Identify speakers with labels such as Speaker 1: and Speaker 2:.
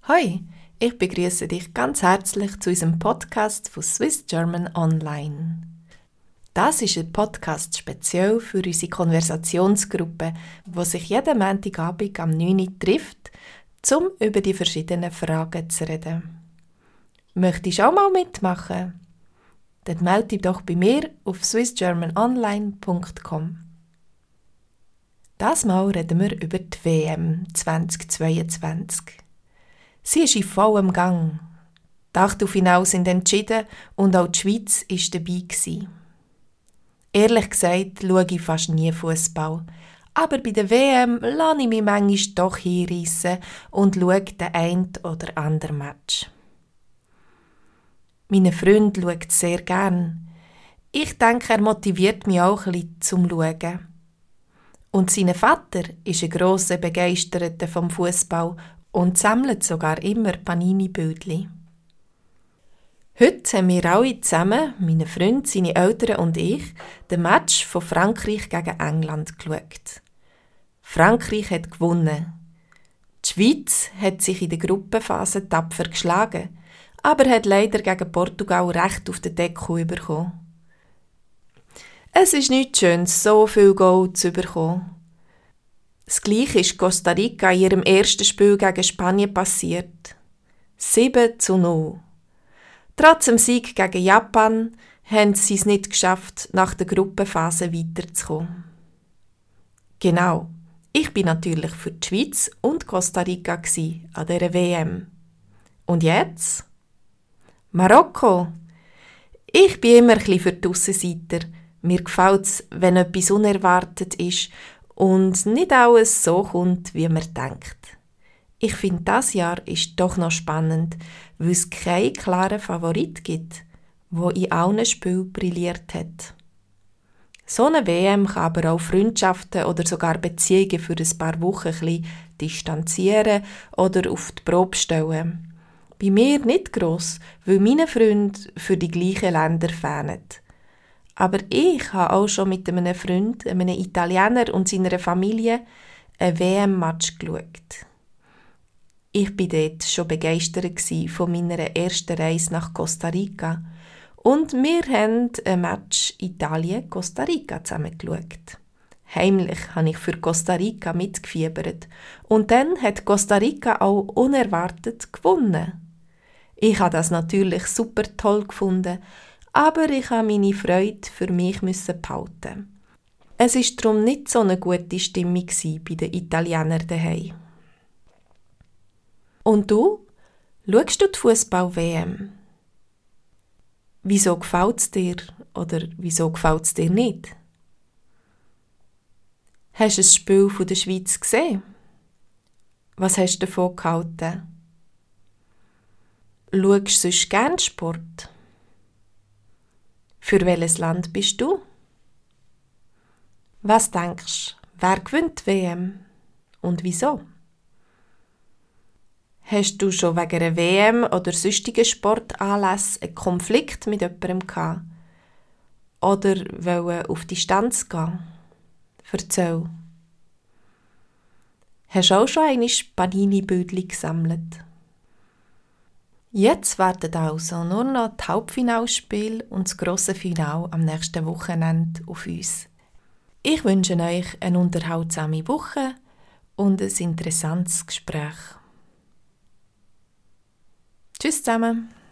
Speaker 1: Hoi, ich begrüße dich ganz herzlich zu unserem Podcast von Swiss German Online. Das ist ein Podcast speziell für unsere Konversationsgruppe, die sich jeden Montagabend am 9 Uhr trifft, um über die verschiedenen Fragen zu reden. Möchtest du auch mal mitmachen? Dann melde dich doch bei mir auf swissgermanonline.com. Das Mal reden wir über die WM 2022. Sie ist in vollem Gang. Die Achtelfinale sind entschieden und auch die Schweiz war dabei gewesen. Ehrlich gesagt schaue ich fast nie Fußball, aber bei der WM lasse ich mich manchmal doch hinreissen und schaue den einen oder anderen Match. Mein Freund schaut sehr gern. Ich denke, er motiviert mich auch ein bisschen zum Schauen. Und sein Vater ist ein grosser Begeisterter vom Fußball und sammelt sogar immer Panini-Bildchen. Heute haben wir alle zusammen, meine Freunde, seine Eltern und ich, den Match von Frankreich gegen England geschaut. Frankreich hat gewonnen. Die Schweiz hat sich in der Gruppenphase tapfer geschlagen, aber hat leider gegen Portugal recht auf den Deckel bekommen. Es ist nichts Schönes, so viel Gold zu bekommen. Das Gleiche ist Costa Rica in ihrem ersten Spiel gegen Spanien passiert. 7:0. Trotz dem Sieg gegen Japan haben sie es nicht geschafft, nach der Gruppenphase weiterzukommen. Genau, ich bin natürlich für die Schweiz und Costa Rica an dieser WM. Und jetzt? Marokko. Ich bin immer ein bisschen für die Aussenseiter. Mir gefällt es, wenn etwas unerwartet ist und nicht alles so kommt, wie man denkt. Ich finde, dieses Jahr ist doch noch spannend, weil es keinen klaren Favorit gibt, der in allen Spielen brilliert hat. So eine WM kann aber auch Freundschaften oder sogar Beziehungen für ein paar Wochen ein bisschen distanzieren oder auf die Probe stellen. Bei mir nicht gross, weil meine Freunde für die gleichen Länder fahren. Aber ich habe auch schon mit einem Freund, einem Italiener und seiner Familie, einen WM-Match geschaut. Ich war dort schon begeistert von meiner ersten Reise nach Costa Rica und wir haben ein Match Italien-Costa Rica zusammen geschaut. Heimlich habe ich für Costa Rica mitgefiebert und dann hat Costa Rica auch unerwartet gewonnen. Ich habe das natürlich super toll gefunden, aber ich habe meine Freude für mich behalten. Es war darum nicht so eine gute Stimmung bei den Italienern daheim. Und du? Schaust du die Fußball-WM? Wieso gefällt es dir oder wieso gefällt es dir nicht? Hast du das Spiel von der Schweiz gesehen? Was hast du davon gehalten? Schaust du sonst gerne Sport? Für welches Land bist du? Was denkst du, wer gewinnt die WM und wieso? Hast du schon wegen einer WM oder sonstigen Sportanlässen einen Konflikt mit jemandem gehabt? Oder wollen auf Distanz gehen? Erzähl. Hast du auch schon einmal Panini-Bildchen gesammelt? Jetzt warten also nur noch das Halbfinalspiel und das grosse Finale am nächsten Wochenende auf uns. Ich wünsche euch eine unterhaltsame Woche und ein interessantes Gespräch. Tschüss zusammen!